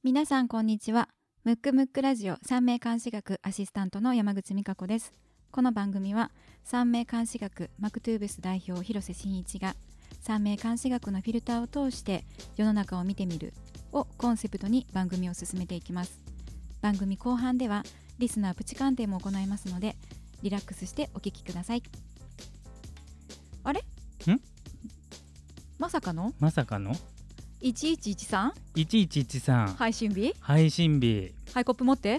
皆さんこんにちは。ムックムックラジオ三名監視学アシスタントの山口美香子です。この番組は三名監視学マクトゥーブス代表広瀬真一が三名監視学のフィルターを通して世の中を見てみるをコンセプトに番組を進めていきます。番組後半ではリスナープチ鑑定も行いますのでリラックスしてお聞きください。あれ？まさかの1113 配信日ハイコップ持って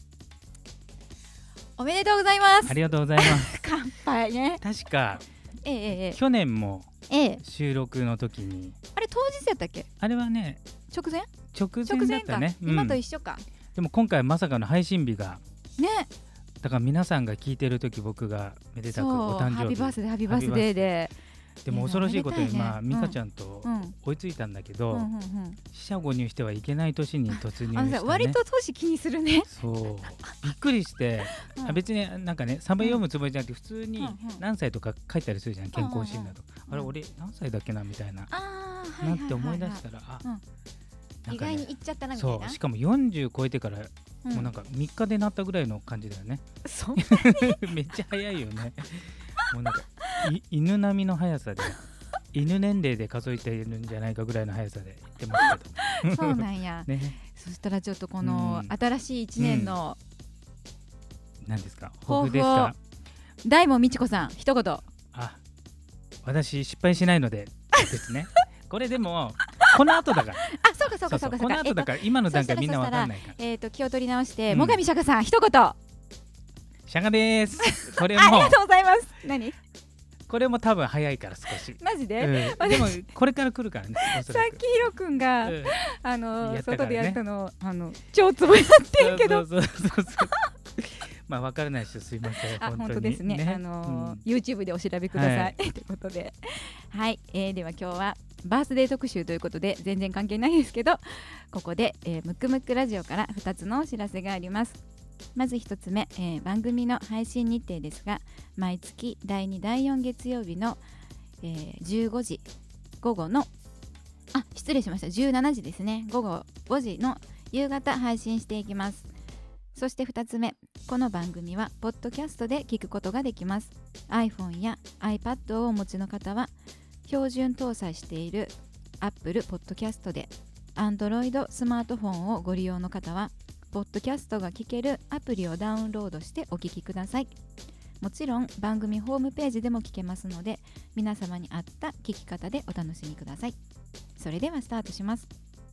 おめでとうございます。 ありがとうございます乾杯ね。 確か、去年も収録の時に、 あれ当日やったっけ？ あれはね直前だったね、 今と一緒か。 でも今回まさかの配信日がね、 だから皆さんが聞いてる時僕がめでたくお誕生日ハッピーバースデーで、 でも恐ろしいことに、美香ちゃんとうん追いついたんだけど、四捨五入してはいけない年に突入したね。 割と年気にするね。 そうびっくりして、別になんかねサバ読むつもりじゃなくて普通に何歳とか書いたりするじゃん、健康診断とか、あれ俺何歳だっけなみたいな、なって思い出したら、 意外にいっちゃったなみたいな。 そうしかも40超えてから、もうなんか3日でなったぐらいの感じだよね。 そんなにめっちゃ早いよね。もうなんか犬並みの速さで犬年齢で数えているんじゃないかぐらいの速さで言ってますけどそうなんや、ね、そしたらちょっとこの新しい1年の、 何ですか、抱負ですか。 大門美智子さん一言。 私失敗しないのでですねこれでもこの後だからそうかこの後だから、今の段階みんなわかんないから、 気を取り直して、最上釈迦さん一言。 釈迦ですこれもありがとうございます。何これも多分早いから少しマジで、 でもこれ来るからね。 さっきヒロ君が、外でやったの超ツボやってるけど、 そうまあ分からない人すいません。 本当ですね。YouTube でお調べください。ということで、はい、では今日はバースデー特集ということで全然関係ないですけど、ここで、ムックムックラジオから2つのお知らせがあります。まず1つ目、番組の配信日程ですが、毎月第2第4月曜日の、15時午後の失礼しました、17時ですね、午後5時の夕方配信していきます。そして2つ目、この番組はポッドキャストで聞くことができます。 iPhone や iPad をお持ちの方は標準搭載している Apple Podcast で、 Android スマートフォンをご利用の方はポッドキャストが聞けるアプリをダウンロードしてお聞きください。もちろん番組ホームページでも聞けますので、皆様に合った聞き方でお楽しみください。それではスタートします。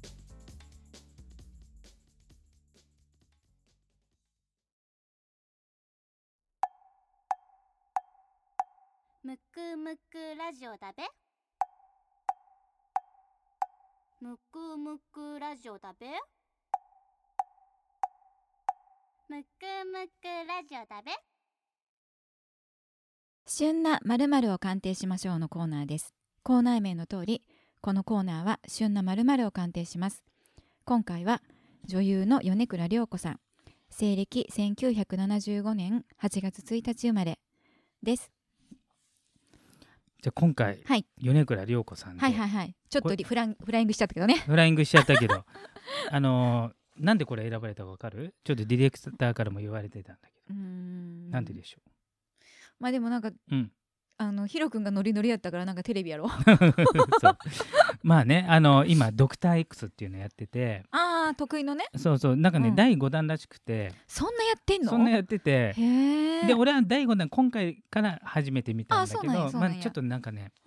むくむくラジオだべ。むくむくラジオだべ。むくむくラジオだべ。 旬な〇〇を鑑定しましょうのコーナーです。コーナー名の通り、このコーナーは旬な〇〇を鑑定します。今回は女優の米倉涼子さん、西暦1975年8月1日生まれです。 じゃあ今回、米倉涼子さんで、 ちょっとフライングしちゃったけどね。 フライングしちゃったけどなんでこれ選ばれたか分かる？ちょっとディレクターからも言われてたんだけど、なんででしょう。 まあでもなんか、ヒロ君がノリノリやったからなんかテレビやろそうまあね、今ドクター X っていうのやってて、 得意のね、 そうなんかね、第5弾らしくて、 そんなやってんの？ そんなやってて、で俺は第5弾今回から初めて見たんだけど、ちょっとなんかね、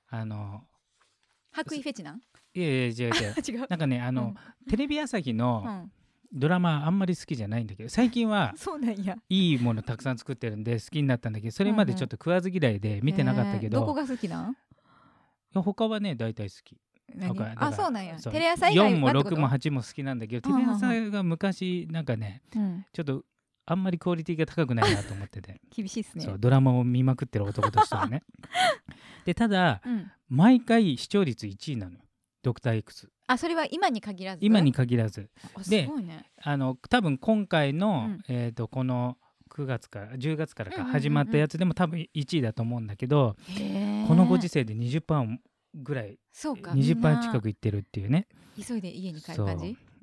白衣フェチなん？ いや違うなんかね、テレビ朝日のドラマあんまり好きじゃないんだけど、最近はそうなんや、 いいものたくさん作ってるんで好きになったんだけど、それまでちょっと食わず嫌いで見てなかったけど、 どこが好きなん？ 他はね大体好き。 そうなんや。テレ朝以外は 4も6も8も好きなんだけど、テレ朝が昔なんかね、ちょっとあんまりクオリティが高くないなと思ってて厳しいっすね。 そうドラマを見まくってる男としてはねでただ、毎回視聴率1位なのよ、ドクター X。 それは今に限らず？ 今に限らずで、 すごいね。 多分今回の、この9月から10月からか始まったやつでも多分1位だと思うんだけど、このご時世で 20% ぐらい、20% 近くいってるっていうね。 急いで家に帰る感じ？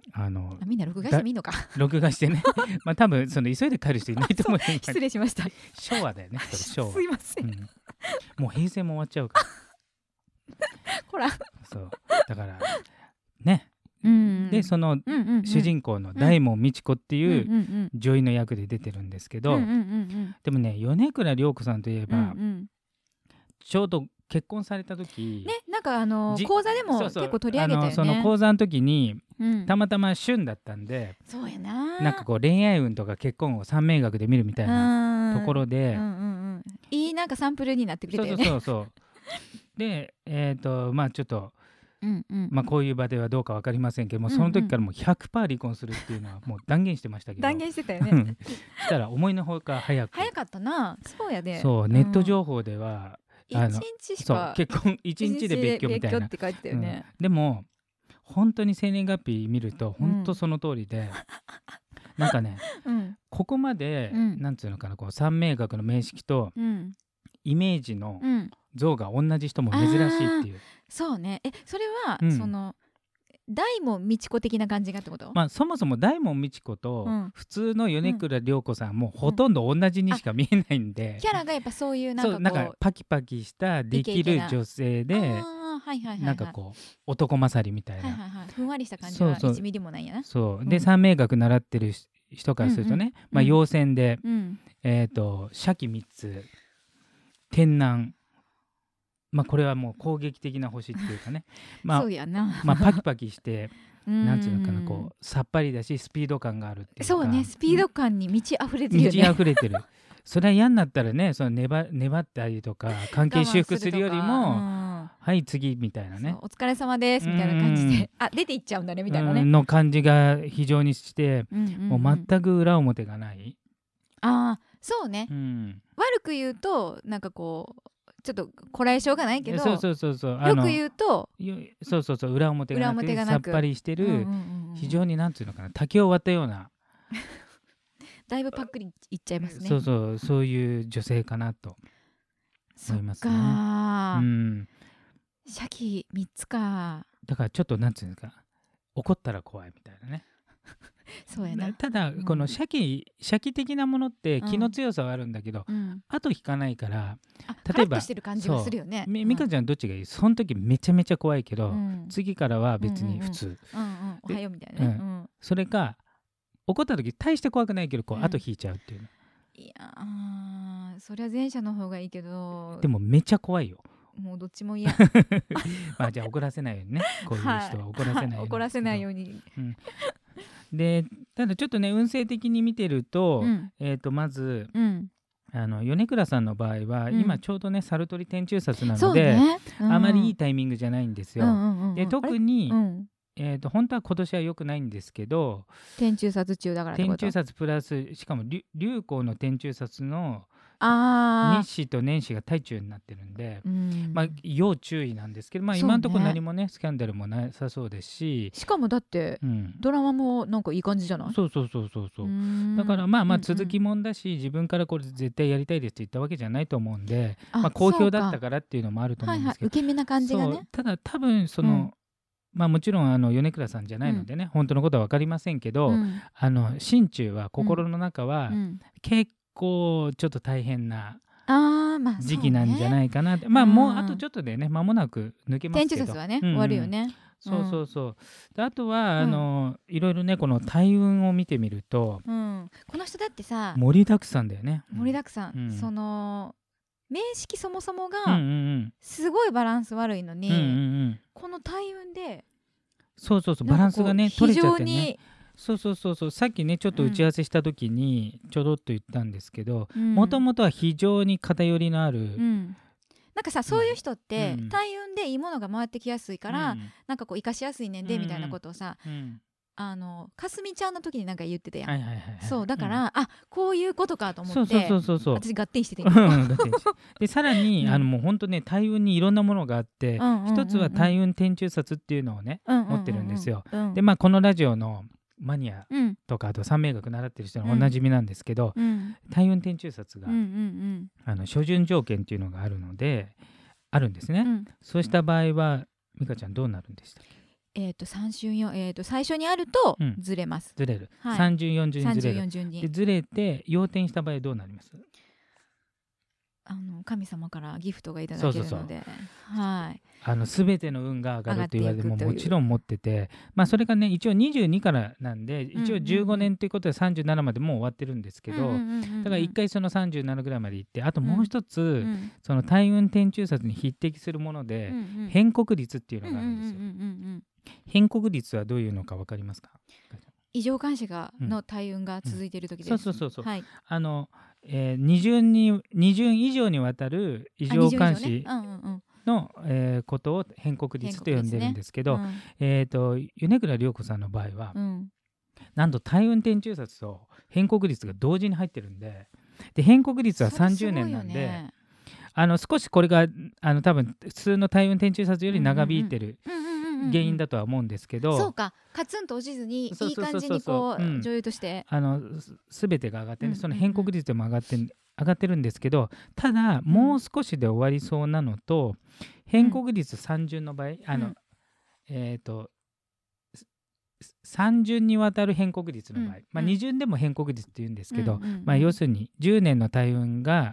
みんな録画してみんのか録画してねまあ多分その急いで帰る人いないと思う失礼しました昭和だよねそれ昭和すいません、 もう平成も終わっちゃうからほらそうだからね、でその主人公の大門未知子っていう女優の役で出てるんですけど、でもね米倉涼子さんといえば、ちょうど結婚された時ね、なんか講座でも結構取り上げたよね。 その講座の時に、たまたま旬だったんで、 そうやな、 なんかこう恋愛運とか結婚を三名学で見るみたいなところで、 いいなんかサンプルになってくれたよね。 そうでまあちょっと、まあこういう場ではどうか分かりませんけども、その時からもう 100% 離婚するっていうのはもう断言してましたけど断言してたよねしたら思いのほか早かったな。そうやで、 そうネット情報では、 1日しかそう結婚1日で別居みたいなって書いてたよね、 でも本当に生年月日見ると本当その通りで、なんかね、ここまで、なんていうのかな、こう三名学の名式と、イメージの像が同じ人も珍しいっていう、 そうね。それは、その大門未知子的な感じがってこと？ まあそもそも大門未知子と普通の米倉涼子さんもほとんど同じにしか見えないんで、 キャラがやっぱそういうなんかパキパキしたできる女性で、なんかこう男勝りみたいな、 ふんわりした感じは1ミリもないやな。 そうで三名学習ってる人からするとね、まあ陽線で社記3つ天南、まあこれはもう攻撃的な星っていうかね、まあパキパキしてなんていうのかな、こうさっぱりだしスピード感があるっていうか、 そうね、スピード感に満ち溢れてるよね。 満ち溢れてるそれは嫌になったらね、その粘ったりとか関係修復するよりもはい次みたいなね、 お疲れ様ですみたいな感じで、出ていっちゃうんだねみたいなねの感じが非常にして、もう全く裏表がない。 そうね、悪く言うとなんかこうちょっとこらえ性がないけど、よく言うとそう裏表がなくてさっぱりしてる、非常になんていうのかな、竹を割ったようなだいぶパックリいっちゃいますね。 そういう女性かなと思いますね。 シャキ3つか。 だからちょっとなんていうんですか、怒ったら怖いみたいなね。 そうやな。 ただこのシャキ的なものって気の強さはあるんだけど、後引かないから、 例えば美香ちゃんどっちがいい？その時めちゃめちゃ怖いけど、次からは別に普通、 おはようみたいなね。 それか怒った時大して怖くないけどこう後引いちゃうっていうの。 いやそれは前者の方がいいけど、 でもめっちゃ怖いよ。 もうどっちも嫌まあじゃあ怒らせないようにね、こういう人は怒らせないように、 怒らせないように。 でただちょっとね運勢的に見てると、まず、米倉さんの場合は、今ちょうどね猿取天中殺なので、あまりいいタイミングじゃないんですよ。で特に、本当は今年は良くないんですけど、 天中殺中だからってこと？ 天中殺プラスしかも流行の天中殺の日子と年始が大中になってるんで、まあ要注意なんですけど、まあ今のところ何もねスキャンダルもなさそうですし、 しかもだって、ドラマもなんかいい感じじゃない？そうだからまあ続きもんだし、自分からこれ絶対やりたいですって言ったわけじゃないと思うんで、まあ好評だったからっていうのもあると思うんですけど、 受け身な感じがね。 ただ多分その、まあもちろん米倉さんじゃないのでね、本当のことは分かりませんけど、心中は心の中は結構ちょっと大変な時期なんじゃないかなって。まあもうあとちょっとでね間もなく抜けますけど、 天中殺はね終わるよね。 であとは、いろいろねこの大運を見てみると、 この人だってさ盛りだくさんだよね。 盛りだくさん、その名式そもそもがすごいバランス悪いのに、この大運でバランスがね取れちゃってね。さっきねちょっと打ち合わせした時にちょろっと言ったんですけど、もともとは非常に偏りのある、 なんかさそういう人って大運でいいものが回ってきやすいから、なんかこう生かしやすいねんでみたいなことをさ、かすみちゃんの時になんか言ってたやん。そうだから、こういうことかと思って私合点しててでさらにもうほんとね大運にいろんなものがあって、一つは大運天中殺っていうのをね持ってるんですよ。でまあこのラジオのマニアとか、あと三名学習ってる人のおなじみなんですけど、大運天中殺が初旬条件っていうのがあるのであるんですね。そうした場合は美香ちゃんどうなるんでしたっけ？ 3順4、最初にあるとずれます。 ずれる、 はい、 3順4順にずれる。 34順にでずれて要点した場合どうなります？ 神様からギフトがいただけるので、はい、 全ての運が上がると言われてももちろん持ってて、それがね一応22からなんで一応15年ということで37までもう終わってるんですけど、だから1回その37ぐらいまで行って、あともう一つ、その大運天中札に匹敵するもので、変国率っていうのがあるんですよ。変国率はどういうのか分かりますか？ 異常監視の大運が続いている時です。 そう、 はい、 二順以上にわたる異常監視のことを変国率と呼んでるんですけど、米倉涼子さんの場合は、なんと大運天中札と変国率が同時に入ってるんで、変国率は30年なんで、少しこれが多分普通の大運天中札より長引いてる原因だとは思うんですけど、 そうか、カツンと落ちずにいい感じにこう女優として全てが上がってね、その変国率でも上がってるんですけど、ただもう少しで終わりそうなのと、変国率3順の場合、3順にわたる変国率の場合、2順でも変国率って言うんですけど、要するに10年の大運が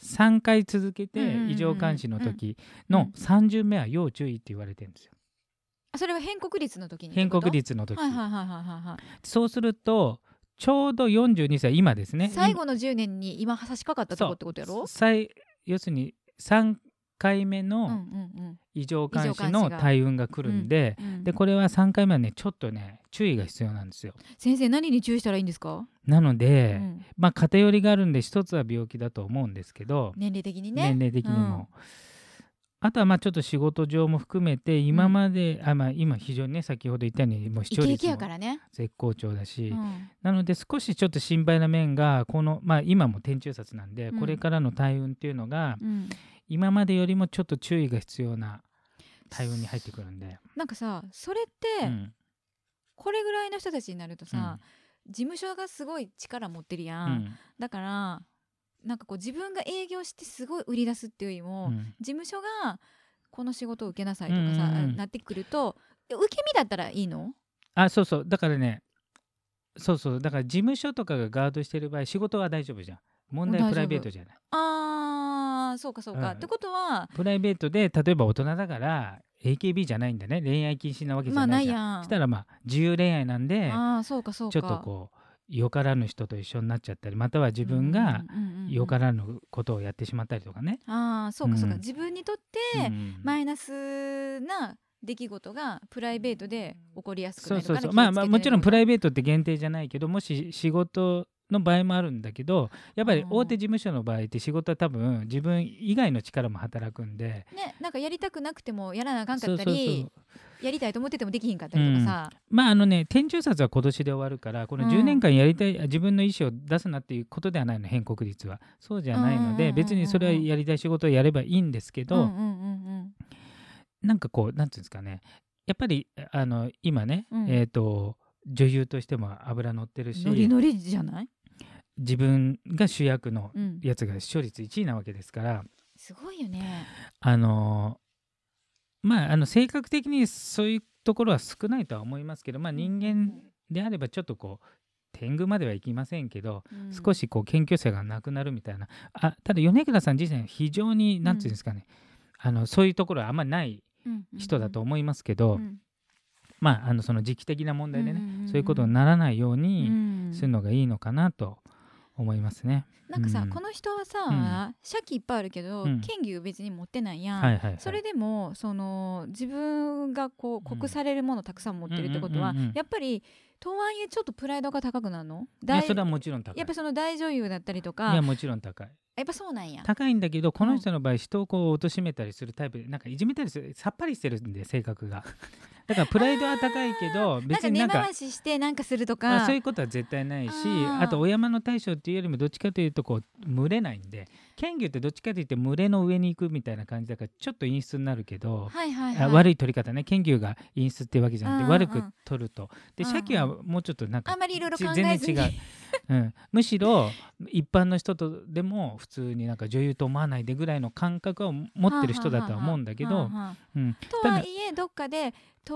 3回続けて異常監視の時の3順目は要注意って言われてるんですよ。 それは変国率の時に。 変国率の時。そうするとちょうど42歳、今ですね、 最後の10年に今差し掛かったとこってことやろ。 要するに3回目の異常監視の大運が来るんで、これは3回目はねちょっとね注意が必要なんですよ。 先生、何に注意したらいいんですか？ なので、偏りがあるんで一つは病気だと思うんですけど、 年齢的にね、 年齢的にも、あとはちょっと仕事上も含めて今まで、今非常にね先ほど言ったようにもう視聴率も絶好調だし、なので少しちょっと心配な面がこの、今も天中札なんで、これからの大運っていうのが、今までよりもちょっと注意が必要な大運に入ってくるんで、 なんかさ、それって、これぐらいの人たちになるとさ、事務所がすごい力持ってるやん、だからなんかこう自分が営業してすごい売り出すっていうよりも、事務所がこの仕事を受けなさいとかさ、なってくると、受け身だったらいいの？ そうだからね、だから事務所とかがガードしてる場合仕事は大丈夫じゃん。問題はプライベートじゃない。 そうか、ってことはプライベートで例えば大人だから AKB じゃないんだね、恋愛禁止なわけじゃないじゃん。そしたら自由恋愛なんで、ちょっとこうよからぬ人と一緒になっちゃったり、または自分がよからぬことをやってしまったりとかね。 そうか、自分にとってマイナスな出来事がプライベートで起こりやすくなるから、 もちろんプライベートって限定じゃないけど、もし仕事の場合もあるんだけど、やっぱり大手事務所の場合って仕事は多分自分以外の力も働くんで、 なんかやりたくなくてもやらなあかんかったり、やりたいと思っててもできひんかったりとかさ、 天中札は今年で終わるから、この10年間やりたい、自分の意思を出すなっていうことではないの、変国率はそうじゃないので、別にそれはやりたい仕事をやればいいんですけど、なんかこうなんていうんですかね、やっぱり今ね、女優としても脂乗ってるし、 ノリノリじゃない？ 自分が主役のやつが視聴率1位なわけですから、 すごいよね。 性格的にそういうところは少ないとは思いますけど、人間であればちょっとこう天狗まではいきませんけど、少しこう謙虚さがなくなるみたいな。ただ米倉さん自身は非常になんていうんですかね、そういうところはあんまりない人だと思いますけど、その時期的な問題でね、そういうことにならないようにするのがいいのかなと思いますね。 なんかさ、この人はさ、借金いっぱいあるけど、権利を別に持ってないやん。それでも自分がこう酷されるものをたくさん持ってるってことは、やっぱりとはいえちょっとプライドが高くなるの？ いや、それはもちろん高い。 やっぱその大女優だったりとか。 いや、もちろん高い。 やっぱそうなんや。 高いんだけど、この人の場合、人をこう貶めたりするタイプで、なんかいじめたりする、さっぱりしてるんで性格が。だからプライドは高いけど、別になんか根回ししてなんかするとか、 そういうことは絶対ないし、あとお山の大将っていうよりもどっちかというとこう群れないんで、剣牛ってどっちかというと群れの上に行くみたいな感じだから、ちょっと陰湿になるけど、悪い取り方ね、剣牛が陰湿っていうわけじゃなくて、悪く取ると。で鮭はもうちょっとなんかあんまりいろいろ考えずに全然違う、むしろ一般の人とでも普通になんか女優と思わないでぐらいの感覚を持ってる人だとは思うんだけど、 とはいえどっかで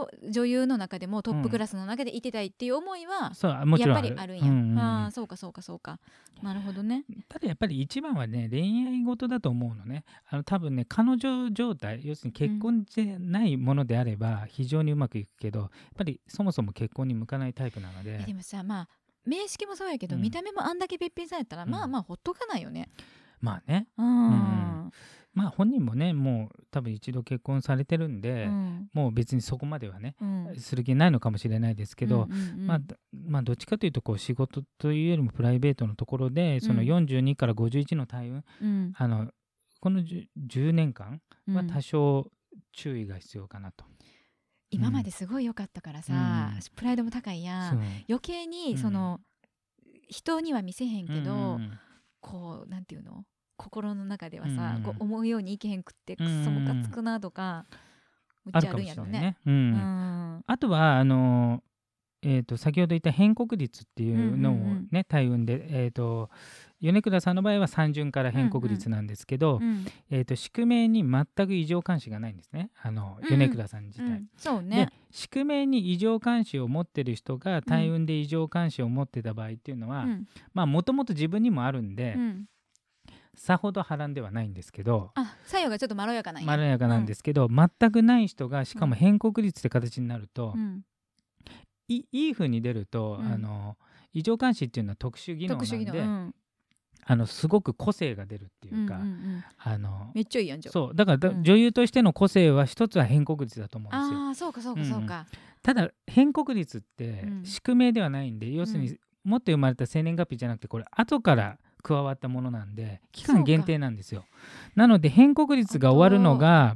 女優の中でもトップクラスの中でいてたいっていう思いは、 そうもちろんやっぱりあるんや、そうかなるほどね。 ただやっぱり一番はね恋愛事だと思うのね。多分ね彼女状態、要するに結婚じゃないものであれば非常にうまくいくけど、やっぱりそもそも結婚に向かないタイプなので。 でもさ、まあ面識もそうやけど、見た目もあんだけべっぴんさんやったら、まあほっとかないよね。 まあね、まあ本人もねもう多分一度結婚されてるんで、もう別にそこまではね、する気ないのかもしれないですけど、まあどっちかというとこう仕事というよりもプライベートのところでその42から51の大運、この 10年間は多少注意が必要かなと。 今まですごい良かったからさ、プライドも高いやん。余計にその、人には見せへんけど、こうなんていうの、心の中ではさ、こう思うようにいけへんくってクソムカつくなとかむっちゃあるんやろね。あとは先ほど言った変国率っていうのをね、大運で米倉さんの場合は三巡から変国率なんですけど、宿命に全く異常監視がないんですね、米倉さん自体。 そうね。 で宿命に異常監視を持ってる人が大運で異常監視を持ってた場合っていうのは、まあもともと自分にもあるんで、さほど波乱ではないんですけど、 作用がちょっとまろやかなんや。 まろやかなんですけど、全くない人がしかも変国率って形になると、いい風に出ると、異常監視っていうのは特殊技能なんで、すごく個性が出るっていうか、 めっちゃいいやんじゃん。 そうだから、女優としての個性は一つは変国率だと思うんですよ。 そうか。 ただ変国率って宿命ではないんで、要するにもっと生まれた生年月日じゃなくて、これ後から加わったものなんで期間限定なんですよ。なので変国率が終わるのが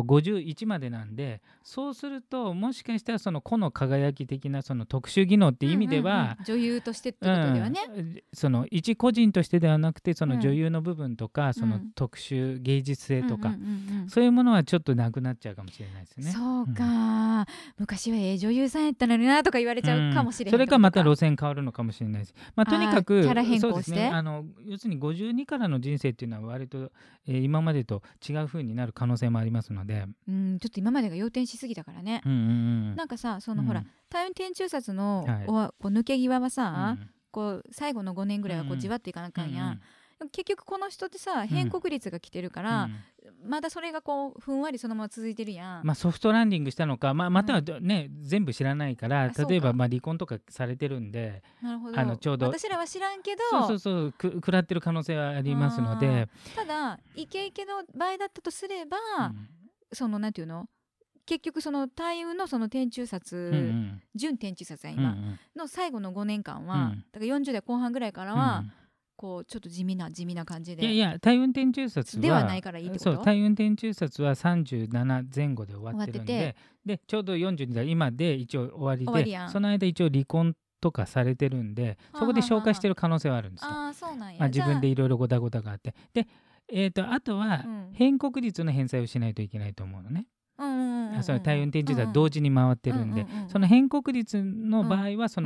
51までなんで、そうするともしかしたらその個の輝き的なその特殊技能っていう意味では、 女優としてってことではね、 その一個人としてではなくて、その女優の部分とか、その特殊芸術性とか、そういうものはちょっとなくなっちゃうかもしれないですね。 そうか、昔は女優さんやったのになとか言われちゃうかもしれない、 それかまた路線変わるのかもしれないし、とにかくキャラ変更して、 そうですね、要するに52からの人生っていうのは割と、今までと違う風になる可能性もありますので、 ちょっと今までが要点しすぎたからね。なんかさ、そのほら大運天中殺のこう抜け際はさ、こう最後の5年ぐらいはこうじわっといかなあかんやん。結局この人ってさ変国率が来てるから、まだそれがこうふんわりそのまま続いてるやん。 ソフトランディングしたのか、またはね、全部知らないから、例えば離婚とかされてるんで、 なるほど、 ちょうど私らは知らんけど、 食らってる可能性はありますので。 ただイケイケの場合だったとすれば、そのなんていうの、結局その大運のその天中殺、準天中殺や今、の最後の5年間は、だから40代後半ぐらいからは、こうちょっと地味な感じで、 いや大運天中殺ではないからいいってこと。 そう、大運天中殺は37前後で終わってるんで、ちょうど42代今で一応終わりで、その間一応離婚とかされてるんで、そこで消化してる可能性はあるんですよ。 そうなんや。 自分でいろいろごたごたがあって、であとは変国率の返済をしないといけないと思うのね。その大運天中殺同時に回ってるんで、その変国率の場合はその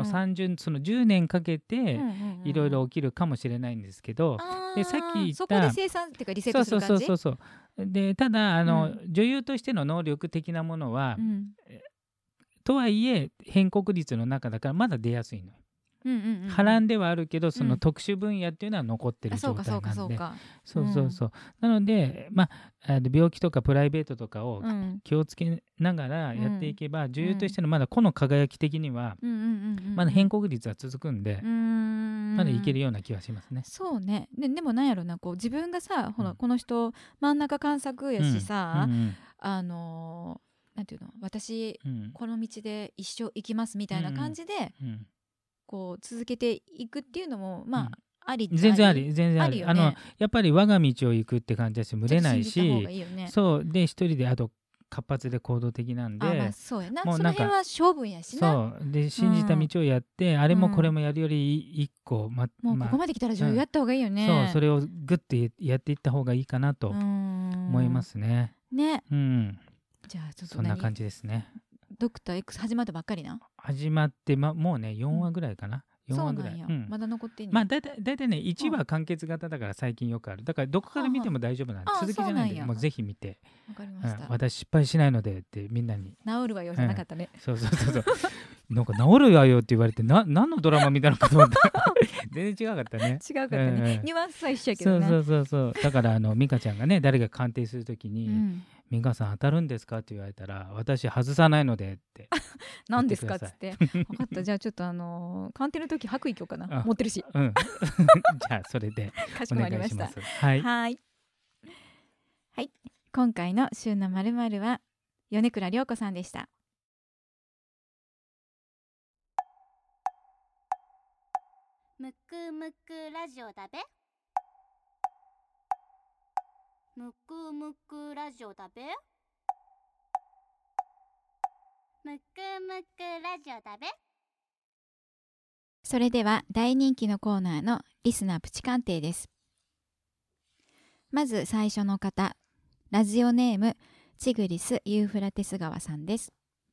10年かけていろいろ起きるかもしれないんですけど、でさっき言ったそこで生産っていうかリセットする感じ。 そうで、ただ女優としての能力的なものは、とはいえ変国率の中だからまだ出やすいのよ。波乱ではあるけど、その特殊分野っていうのは残ってる状態なんで、そうなので、病気とかプライベートとかを気をつけながらやっていけば、女優としてのまだこの輝き的にはまだ変国率は続くんで、まだいけるような気はしますね。 そうね。でもなんやろな、こう自分がさ、この人真ん中観察やしさ、なんていうの、私この道で一生生きますみたいな感じでこう続けていくっていうのもあり、 全然ありよね。やっぱり我が道を行くって感じだし、群れないし、そうで一人で、あと活発で行動的なんで、 そうやな、その辺は勝負やしな。 そうで信じた道をやって、あれもこれもやるより一個、 もうここまで来たら女優やった方がいいよね。 それをグッてやっていった方がいいかなと思いますね。じゃあちょっとそんな感じですね。 ドクター X 始まったばっかりな。 始まって、もうね4話ぐらいかな、 4話ぐらい。 まだ残ってんねん。 まあだいたいね1話完結型だから最近よくある。だからどこから見ても大丈夫なんで、続きじゃないんでもうぜひ見て。 わかりました。 私失敗しないのでってみんなに。 治るわよじゃなかったね。 そうなんか治るわよって言われて何のドラマ見たのかと思った全然違かったね。 違かったね。ニュアンスは一緒やけどね。 そうだから美香ちゃんがね誰が鑑定するときに、美香さん当たるんですかって言われたら私外さないのでって何ですかっつって分かった。じゃあちょっと鑑定の時白衣今日かな持ってるし、 じゃあそれでかしこまりました。 はい今回の週の〇〇は米倉涼子さんでした。 むくむくラジオだべ。むくむくラジオだべ。むくむくラジオだべ。 それでは大人気のコーナーのリスナープチ鑑定です。まず最初の方、ラジオネームチグリスユーフラテス川さんです。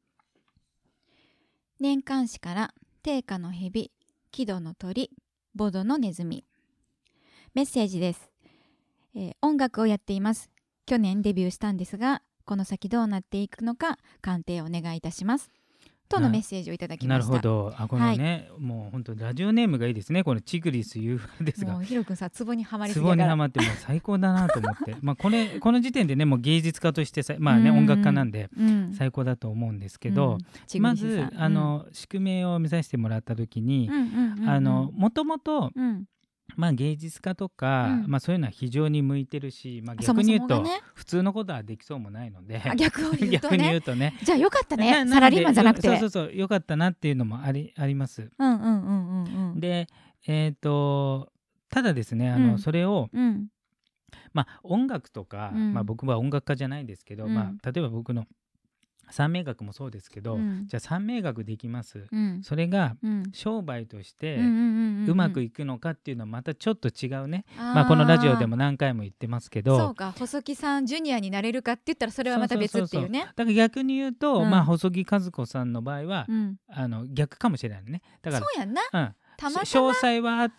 年刊誌から定価の蛇、木戸の鳥、ボドのネズミ。メッセージです。音楽をやっています。去年デビューしたんですが、この先どうなっていくのか鑑定をお願いいたします。とのメッセージをいただきました。 なるほど。このね、もう本当ラジオネームがいいですね。このチグリスユーフラですが。 もうヒロ君さ、ツボにはまりすぎツボにはまってもう最高だなと思って。この時点でねもう芸術家として音楽家なんで最高だと思うんですけど、まず宿命を目指してもらった時に、もともと芸術家とか、そういうのは非常に向いてるし、逆に言うと普通のことはできそうもないので、 逆に言うとねじゃあよかったね、サラリーマンじゃなくて。 そうよかったなっていうのもあります。でただですねそれを、音楽とか、僕は音楽家じゃないんですけど、例えば僕の三名学もそうですけど、じゃあ三名学できます、それが商売としてうまくいくのかっていうのはまたちょっと違うね。このラジオでも何回も言ってますけど、 そうか、細木さんジュニアになれるかって言ったらそれはまた別っていうね。 だから逆に言うと、細木和子さんの場合は、逆かもしれないね。だからそうやんな、たまたま詳細はあって、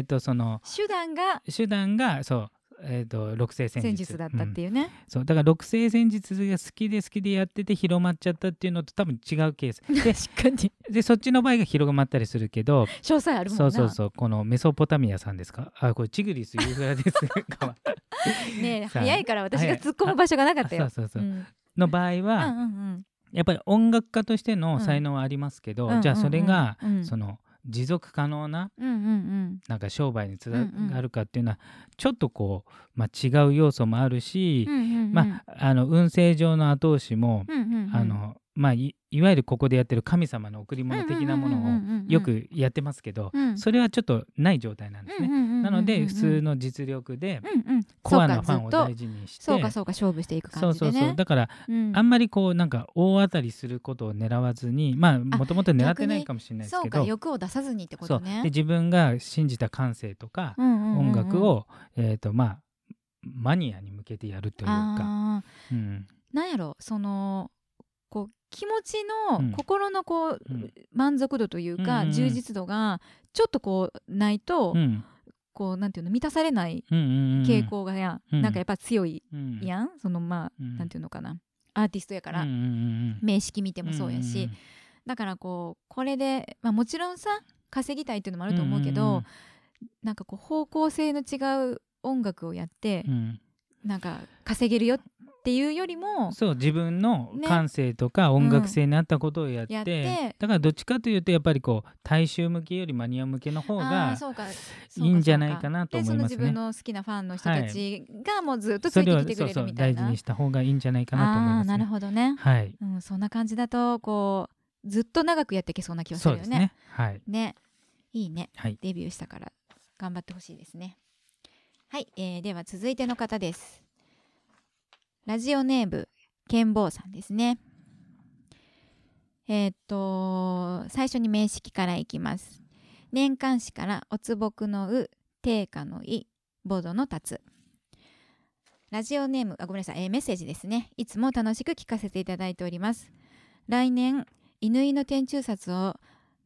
その手段がそう六星戦術だったっていうね、 そうだから六星戦術が好きでやってて広まっちゃったっていうのと多分違うケース確かに。 でそっちの場合が広まったりするけど、 詳細あるもんな。 そうこのメソポタミアさんですか、これチグリスユーフラですかねえ早いから私が突っ込む場所がなかったよ。 の場合は、やっぱり音楽家としての才能はありますけど、じゃあそれが、その持続可能な、なんか商売につながるかっていうのはちょっとこう、違う要素もあるし、運勢上の後押しも、いわゆるここでやってる神様の贈り物的なものをよくやってますけど、それはちょっとない状態なんですね。なので普通の実力でコアなファンを大事にして、 そうか勝負していく感じでね。 だから、あんまりこうなんか大当たりすることを狙わずに、もともと狙ってないかもしれないですけど、 そうか、欲を出さずにってことね。 で自分が信じた感性とか音楽をマニアに向けてやるというか、 なんやろ、そのこう気持ちの、心のこう、満足度というか、充実度がちょっとこうないと、こうなんていうの、満たされない傾向がなんかやっぱ強いやん。そのなんていうのかな、アーティストやから、名式見てもそうやし、だからこれで、もちろんさ稼ぎたいっていうのもあると思うけど、なんかこう方向性の違う音楽をやって、なんか稼げるよっていうよりも、 そう自分の感性とか音楽性に合ったことをやって、だからどっちかというとやっぱりこう大衆向けよりマニア向けの方がいいんじゃないかなと思いますね。 でその自分の好きなファンの人たちがもうずっとついてきてくれるみたいな、 大事にした方がいいんじゃないかなと思いますね。 なるほどね、そんな感じだとこうずっと長くやっていけそうな気がするよね。 そうですね、 いいね、デビューしたから頑張ってほしいですね。では続いての方です。ラジオネームケンボーさんですね。最初に名式からいきます。年刊誌からおつぼくのう、定価のい、ボドの立つ。ラジオネーム、ごめんなさい、メッセージですね。いつも楽しく聞かせていただいております。来年、乾の天中札を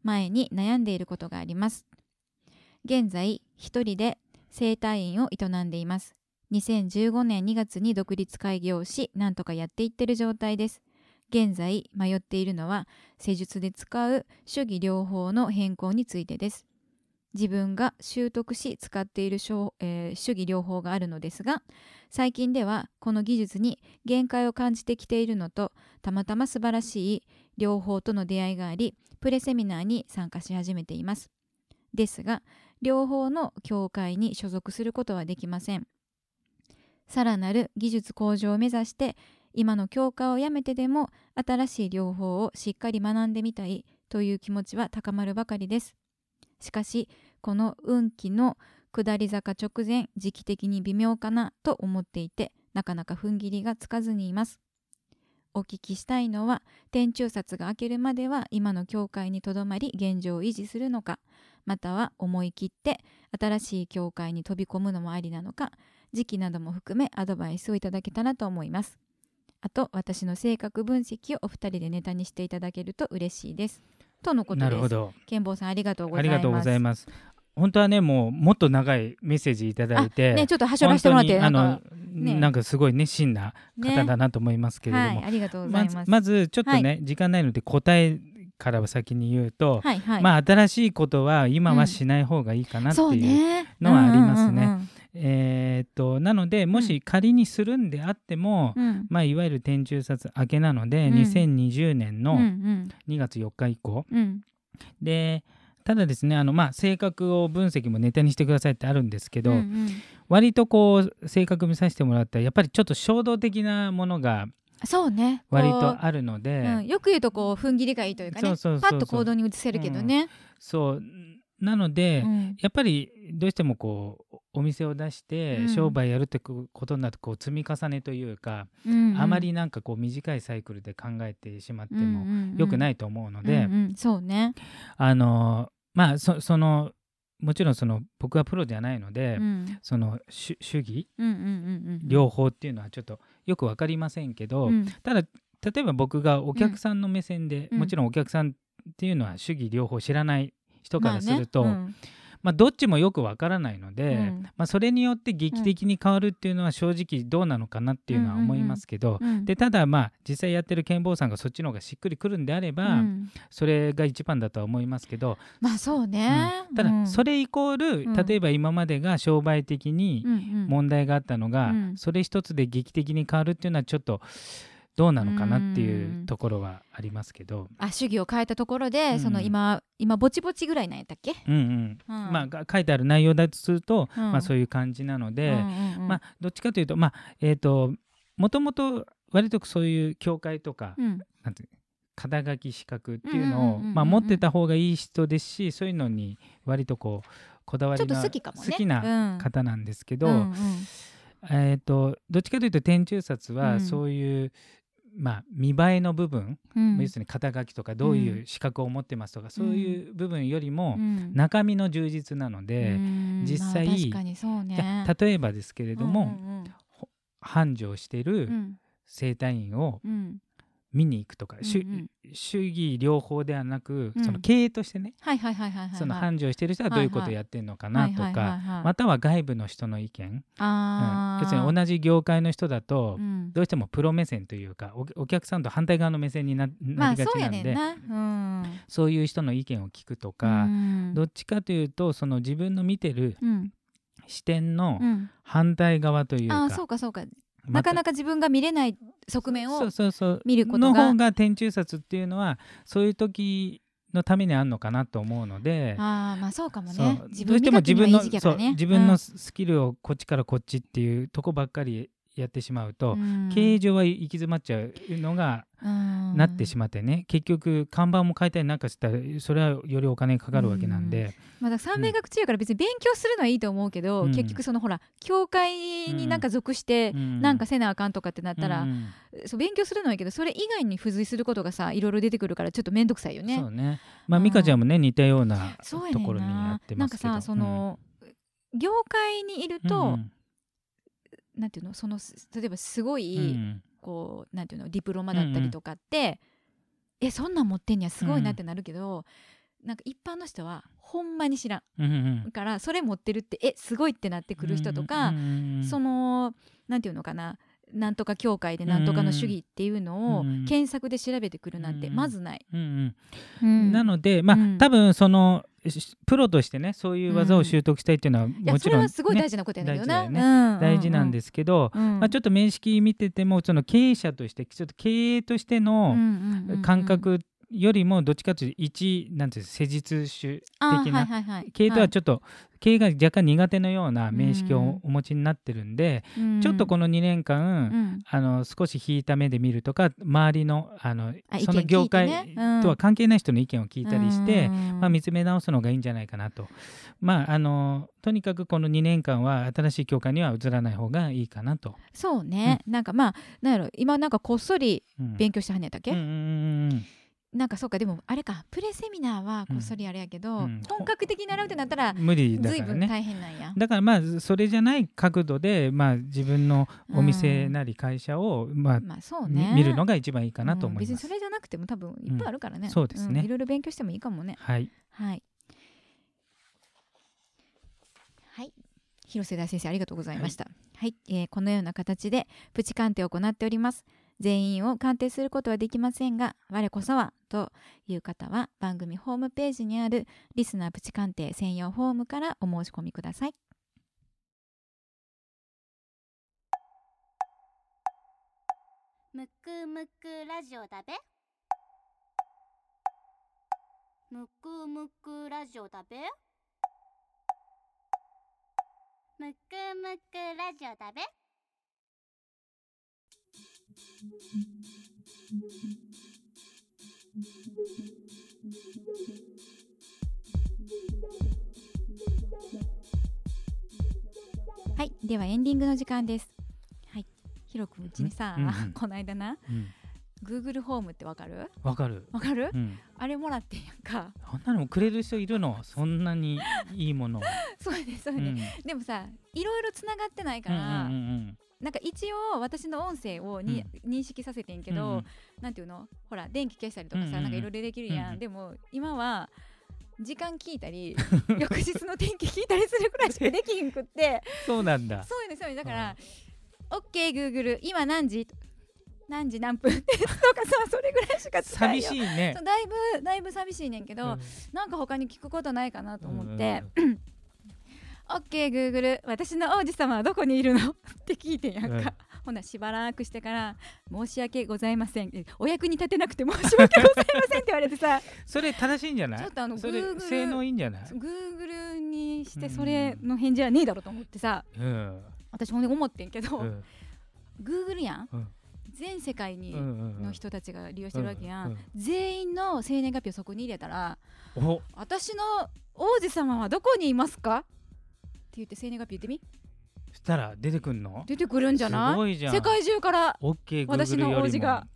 前に悩んでいることがあります。現在一人で整体院を営んでいます。2015年2月に独立開業し、なんとかやっていってる状態です。現在迷っているのは施術で使う手技療法の変更についてです。自分が習得し使っている手技療法があるのですが、最近ではこの技術に限界を感じてきているのと、たまたま素晴らしい療法との出会いがあり、プレセミナーに参加し始めています。ですが、両方の協会に所属することはできません。さらなる技術向上を目指して、今の教科をやめてでも新しい療法をしっかり学んでみたいという気持ちは高まるばかりです。しかし、この運気の下り坂直前、時期的に微妙かなと思っていて、なかなか踏ん切りがつかずにいます。お聞きしたいのは、天中札が明けるまでは今の教会にとどまり現状を維持するのか、または思い切って新しい教会に飛び込むのもありなのか、時期なども含めアドバイスをいただけたらと思います。あと、私の性格分析をお二人でネタにしていただけると嬉しいです。とのことです。 なるほど。 健坊さん、ありがとうございます。 ありがとうございます。本当はね、もっと長いメッセージいただいて、 ね、ちょっとはしょらせてもらって、 なんかすごい熱心な方だなと思いますけれども、 はい、ありがとうございます。 まずちょっとね、時間ないので答えからは先に言うと、新しいことは今はしない方がいいかなっていうのはありますね。なので、もし仮にするんであっても、いわゆる天中札明けなので、2020年の2月4日以降、でただですね、性格を分析もネタにしてくださいってあるんですけど、割とこう性格見させてもらったらやっぱりちょっと衝動的なものが割とあるので、 よく言うとこう踏ん切りがいいというかね、パッと行動に移せるけどね、 そうなので、やっぱりどうしてもこうお店を出して商売やるってことになるとこう積み重ねというか、あまりなんかこう短いサイクルで考えてしまっても良くないと思うので、 そうね、 もちろん僕はプロじゃないので、その主義療法っていうのはちょっとよく分かりませんけど、ただ例えば僕がお客さんの目線で、もちろんお客さんっていうのは主義療法を知らない人からすると、どっちもよくわからないので、それによって劇的に変わるっていうのは正直どうなのかなっていうのは思いますけど、でただ実際やってる健坊さんがそっちの方がしっくりくるんであれば、それが一番だとは思いますけど、 そうね、 ただそれイコール、例えば今までが商売的に問題があったのが、それ一つで劇的に変わるっていうのはちょっとどうなのかなっていうところはありますけど、 主義を変えたところで、今ぼちぼちぐらいなんやったっけ、 書いてある内容だとすると、そういう感じなので、どっちかというともともと割とそういう教会とか、なんていう肩書き資格っていうのを持ってた方がいい人ですし、そういうのに割とこうこだわりが好きな方なんですけど、どっちかというと天中札はそういう、見栄えの部分、要するに肩書きとかどういう資格を持ってますとか、そういう部分よりも中身の充実なので、実際、例えばですけれども、繁盛してる整体院を見に行くとか、主義療法ではなく、その経営としてね、その繁盛してる人はどういうことをやってるのかなとか、または外部の人の意見、要するに同じ業界の人だと、どうしてもプロ目線というか、お客さんと反対側の目線になりがちなんで、そういう人の意見を聞くとか、どっちかというとその自分の見てる視点の反対側というか、 なかなか自分が見れない側面を見ることがの方が天中札っていうのはそういう時のためにあるのかなと思うので、 そうかもね。 どうしても自分のスキルをこっちからこっちっていうとこばっかりやってしまうと、経営上は行き詰まっちゃうのがなってしまってね、結局看板も変えたりなんかしたらそれはよりお金かかるわけなんで、 三名学中やから別に勉強するのはいいと思うけど、結局そのほら教会になんか属してなんかせなあかんとかってなったら、そう勉強するのはいいけど、それ以外に付随することがさいろいろ出てくるからちょっと面倒くさいよね。 そうね。美香ちゃんもね似たようなところにやってますけど、 なんかさ、その業界にいると、なんていうの、その例えばすごい、こうなんていうのディプロマだったりとかって、そんなん持ってんやすごいなってなるけど、 なんか一般の人はほんまに知らん、 うんうんだからそれ持ってるってすごいってなってくる人とか、そのなんていうのかな、なんとか協会でなんとかの主義っていうのを検索で調べてくるなんてまずない、 なので多分そのプロとしてねそういう技を習得したいっていうのはもちろん、ね、 それはすごい大事なことやねんけどな、 大事なんですけど、ちょっと面識見ててもその経営者としてちょっと経営としての感覚よりもどっちかというとなんていう施術手的な、経営とはちょっと経営が若干苦手のような面識をお持ちになってるんで、ちょっとこの2年間、少し引いた目で見るとか周りの、その業界とは関係ない人の意見を聞いたりして、見つめ直すのがいいんじゃないかなと。とにかくこの2年間は新しい教会には移らない方がいいかなと。 そうね、なんかなんやろ今なんかこっそり勉強してはんねやったっけ、なんかそうか、でもあれかプレセミナーはこっそりあれやけど、本格的に習うってなったら無理だからね、 随分大変なんや。 だからそれじゃない角度で、自分のお店なり会社を、 そうね、 見るのが一番いいかなと思います。 別にそれじゃなくても多分いっぱいあるからね、 そうですね、 いろいろ勉強してもいいかもね。 はい、 広瀬大先生ありがとうございました。このような形でプチ鑑定を行っております。全員を鑑定することはできませんが、我こそはという方は番組ホームページにあるリスナープチ鑑定専用フォームからお申し込みください。 むくむくラジオだべ、むくむくラジオだべ、むくむくラジオだべ。 はい、ではエンディングの時間です。ヒロ君うちにさ、この間な、Google ホームってわかる？ わかる、 あれもらってんやんか。 そんなのもくれる人いるの？そんなにいいものそうね、でもさいろいろつながってないから、なんか一応私の音声を認識させてんけど、なんていうの、ほら電気消したりとかさ、なんかいろいろできるやん、でも今は時間聞いたり翌日の天気聞いたりするくらいしかできんくってそうなんだ。 そういうのだから、OK Google 今何時何分とかさ、それぐらいしか使えよ。 寂しいね。 そうだいぶ寂しいねんけど、なんか他に聞くことないかなと思って、OK Google 私の王子様はどこにいるのって聞いてんやんか、ほなしばらくしてから申し訳ございません、お役に立てなくて申し訳ございませんって言われてさそれ正しいんじゃない？ ちょっとそれ性能いいんじゃない？ Google にしてそれの返事はねえだろうと思ってさ、私ほんで思ってんけど、Google やん、全世界にの人たちが利用してるわけやん、全員の生年月日をそこに入れたら、私の王子様はどこにいますかって言って生年月日言ってみ。 そしたら出てくるの？出てくるんじゃない？すごいじゃん。世界中から私の王子が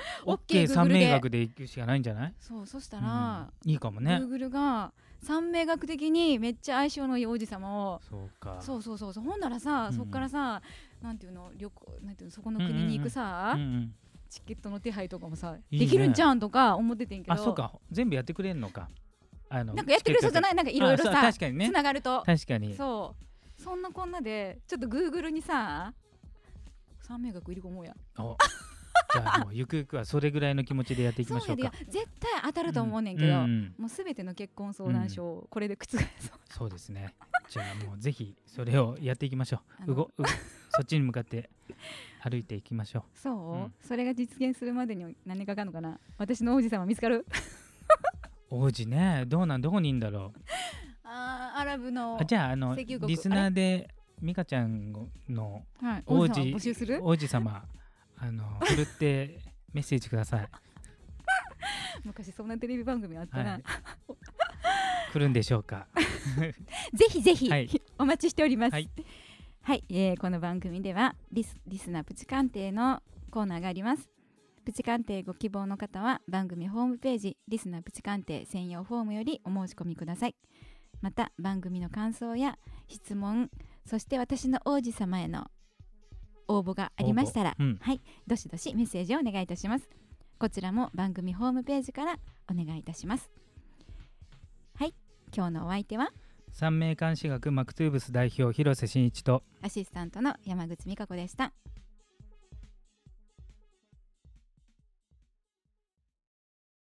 OK 三名学で行くしかないんじゃない？ そしたら、 いいかもね。 Google が三名学的にめっちゃ相性のいい王子様を、そうほんならさ、そっからさ、なんていうの、旅行なんていうの、そこの国に行くさ、チケットの手配とかもさできるんじゃんとか思っててんけど、 そうか、全部やってくれんのか。 なんかやってくれそうじゃない？なんかいろいろさつながると、 確かにそんなこんなでちょっと Google にさ三名学いると思うやん。 じゃあもうゆくゆくはそれぐらいの気持ちでやっていきましょうか。 絶対当たると思うねんけど、もうすべての結婚相談所をこれで覆そう。 そうですね。じゃあもうぜひそれをやっていきましょう。そっちに向かって歩いていきましょう。それが実現するまでに何年かかるのかな。私の王子様見つかる？ 王子ね、どこにいんだろう。 アラブのじゃあリスナーでミカちゃんの王子様振るってメッセージください。 昔そんなテレビ番組あったな、 来るんでしょうか。 ぜひ、お待ちしております。この番組ではリスナープチ鑑定のコーナーがあります。プチ鑑定ご希望の方は番組ホームページリスナープチ鑑定専用フォームよりお申し込みください。また番組の感想や質問、そして私の王子様への応募がありましたら、どしどしメッセージをお願いいたします。こちらも番組ホームページからお願いいたします。 今日のお相手は三名監視学マクトゥーブス代表広瀬真一とアシスタントの山口美香子でした。